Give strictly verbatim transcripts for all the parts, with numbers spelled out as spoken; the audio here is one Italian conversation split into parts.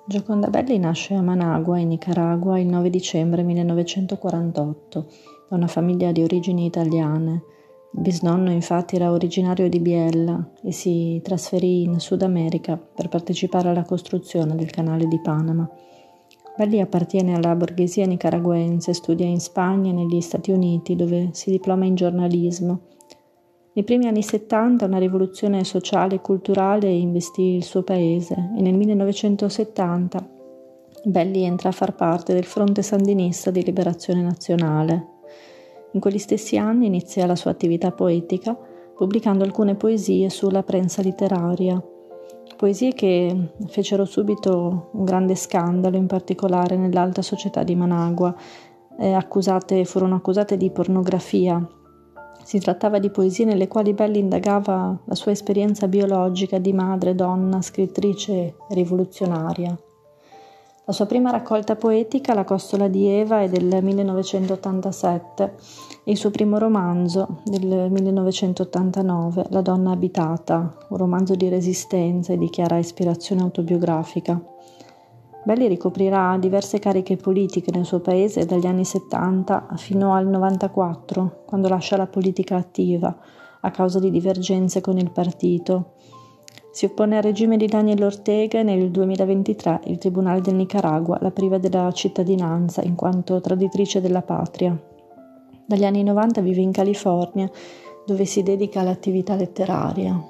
Gioconda Belli nasce a Managua, in Nicaragua, il nove dicembre millenovecentoquarantotto, da una famiglia di origini italiane. Il bisnonno infatti era originario di Biella e si trasferì in Sud America per partecipare alla costruzione del canale di Panama. Belli appartiene alla borghesia nicaraguense, studia in Spagna e negli Stati Uniti, dove si diploma in giornalismo. Nei primi anni settanta una rivoluzione sociale e culturale investì il suo paese e nel millenovecentosettanta Belli entra a far parte del Fronte Sandinista di Liberazione Nazionale. In quegli stessi anni inizia la sua attività poetica, pubblicando alcune poesie sulla prensa letteraria. Poesie che fecero subito un grande scandalo, in particolare nell'alta società di Managua. Eh, accusate, furono accusate di pornografia. Si trattava di poesie nelle quali Belli indagava la sua esperienza biologica di madre, donna, scrittrice e rivoluzionaria. La sua prima raccolta poetica, La costola di Eva, è del millenovecentottantasette e il suo primo romanzo del millenovecentottantanove, La donna abitata, un romanzo di resistenza e di chiara ispirazione autobiografica. Belli ricoprirà diverse cariche politiche nel suo paese dagli anni settanta fino al novantaquattro, quando lascia la politica attiva a causa di divergenze con il partito. Si oppone al regime di Daniel Ortega e nel duemilaventitré il Tribunale del Nicaragua la priva della cittadinanza in quanto traditrice della patria. Dagli anni novanta vive in California, dove si dedica all'attività letteraria.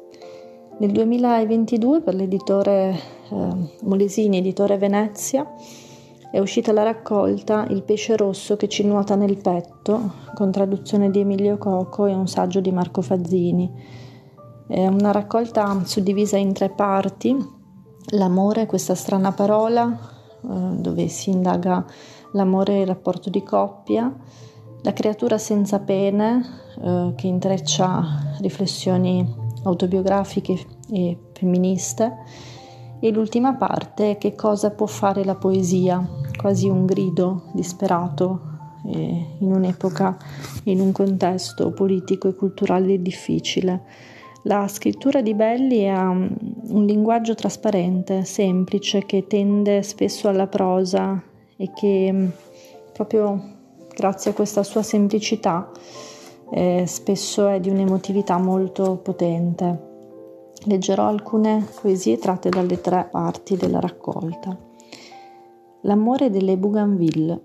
Nel duemilaventidue per l'editore eh, Molesini, editore Venezia, è uscita la raccolta Il pesce rosso che ci nuota nel petto, con traduzione di Emilio Coco e un saggio di Marco Fazzini. È una raccolta suddivisa in tre parti: l'amore, questa strana parola, eh, dove si indaga l'amore e il rapporto di coppia; la creatura senza pene, eh, che intreccia riflessioni autobiografiche e femministe; e l'ultima parte, Che cosa può fare la poesia, quasi un grido disperato eh, in un'epoca, in un contesto politico e culturale difficile. La scrittura di Belli ha un linguaggio trasparente, semplice, che tende spesso alla prosa e che proprio grazie a questa sua semplicità eh, spesso è di un'emotività molto potente. Leggerò alcune poesie tratte dalle tre parti della raccolta. L'amore delle Bougainville.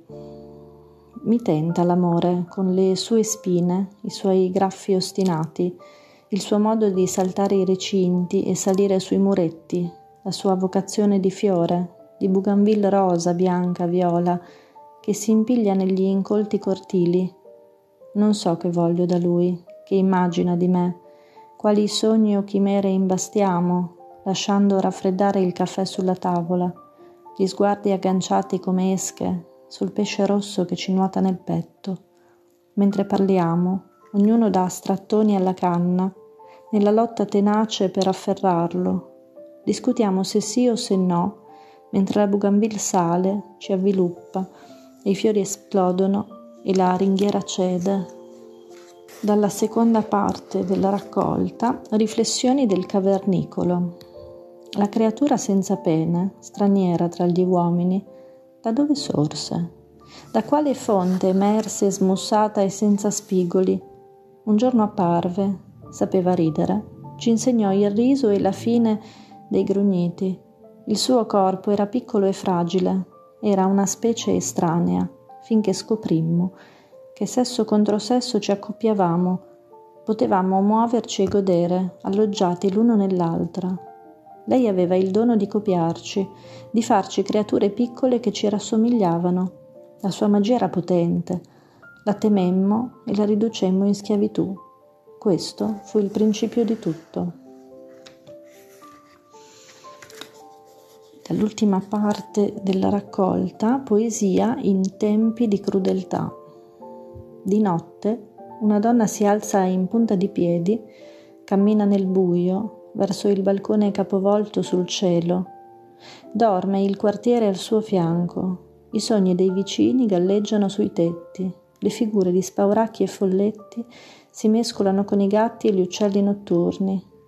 Mi tenta l'amore con le sue spine, i suoi graffi ostinati, il suo modo di saltare i recinti e salire sui muretti, la sua vocazione di fiore, di Bougainville rosa, bianca, viola, che si impiglia negli incolti cortili. Non so che voglio da lui, che immagina di me, quali sogni o chimere imbastiamo, lasciando raffreddare il caffè sulla tavola, gli sguardi agganciati come esche sul pesce rosso che ci nuota nel petto. Mentre parliamo, ognuno dà strattoni alla canna, nella lotta tenace per afferrarlo. Discutiamo se sì o se no, mentre la Bougainville sale, ci avviluppa, e i fiori esplodono e la ringhiera cede. Dalla seconda parte della raccolta, Riflessioni del cavernicolo. La creatura senza pene, straniera tra gli uomini, da dove sorse? Da quale fonte emerse smussata e senza spigoli? Un giorno apparve, sapeva ridere, ci insegnò il riso e la fine dei grugniti. Il suo corpo era piccolo e fragile, era una specie estranea, finché scoprimmo che sesso contro sesso ci accoppiavamo, potevamo muoverci e godere, alloggiati l'uno nell'altra. Lei aveva il dono di copiarci, di farci creature piccole che ci rassomigliavano. La sua magia era potente, la tememmo e la riducemmo in schiavitù. Questo fu il principio di tutto. Dall'ultima parte della raccolta, Poesia in tempi di crudeltà. Di notte, una donna si alza in punta di piedi, cammina nel buio verso il balcone capovolto sul cielo. Dorme il quartiere al suo fianco. I sogni dei vicini galleggiano sui tetti. Le figure di spauracchi e folletti si mescolano con i gatti e gli uccelli notturni.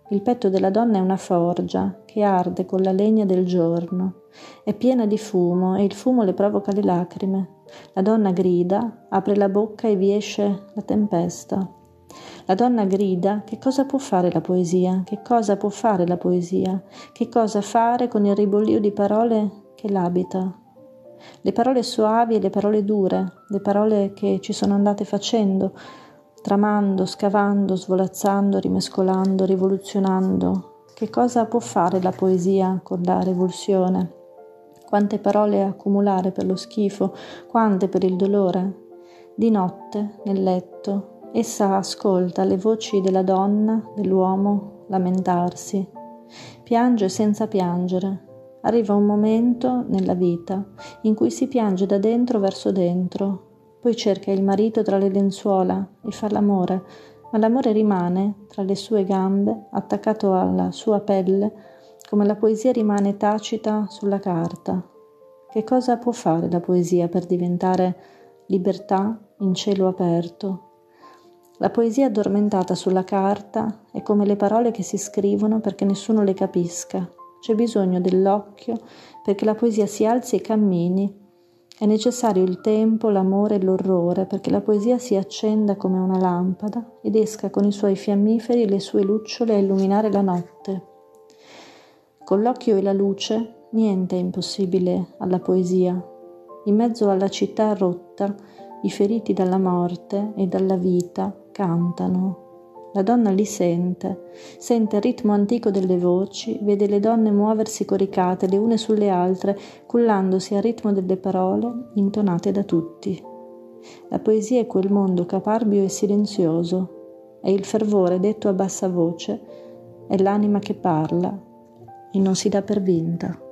Il petto della donna è una forgia che arde con la legna del giorno. È piena di fumo e il fumo le provoca le lacrime. La donna grida, apre la bocca e vi esce la tempesta. La donna grida: che cosa può fare la poesia? Che cosa può fare la poesia? Che cosa fare con il ribollio di parole che l'abita? Le parole soavi e le parole dure, le parole che ci sono andate facendo, tramando, scavando, svolazzando, rimescolando, rivoluzionando. Che cosa può fare la poesia con la revulsione? Quante parole accumulare per lo schifo, quante per il dolore? Di notte, nel letto, essa ascolta le voci della donna, dell'uomo, lamentarsi. Piange senza piangere. Arriva un momento nella vita in cui si piange da dentro verso dentro. Poi cerca il marito tra le lenzuola e fa l'amore, ma l'amore rimane tra le sue gambe, attaccato alla sua pelle, come la poesia rimane tacita sulla carta. Che cosa può fare la poesia per diventare libertà in cielo aperto? La poesia addormentata sulla carta è come le parole che si scrivono perché nessuno le capisca. C'è bisogno dell'occhio perché la poesia si alzi e cammini. È necessario il tempo, l'amore e l'orrore perché la poesia si accenda come una lampada ed esca con i suoi fiammiferi e le sue lucciole a illuminare la notte. Con l'occhio e la luce niente è impossibile alla poesia. In mezzo alla città rotta, i feriti dalla morte e dalla vita cantano. La donna li sente, sente il ritmo antico delle voci, vede le donne muoversi coricate le une sulle altre, cullandosi al ritmo delle parole intonate da tutti. La poesia è quel mondo caparbio e silenzioso, è il fervore detto a bassa voce, è l'anima che parla e non si dà per vinta.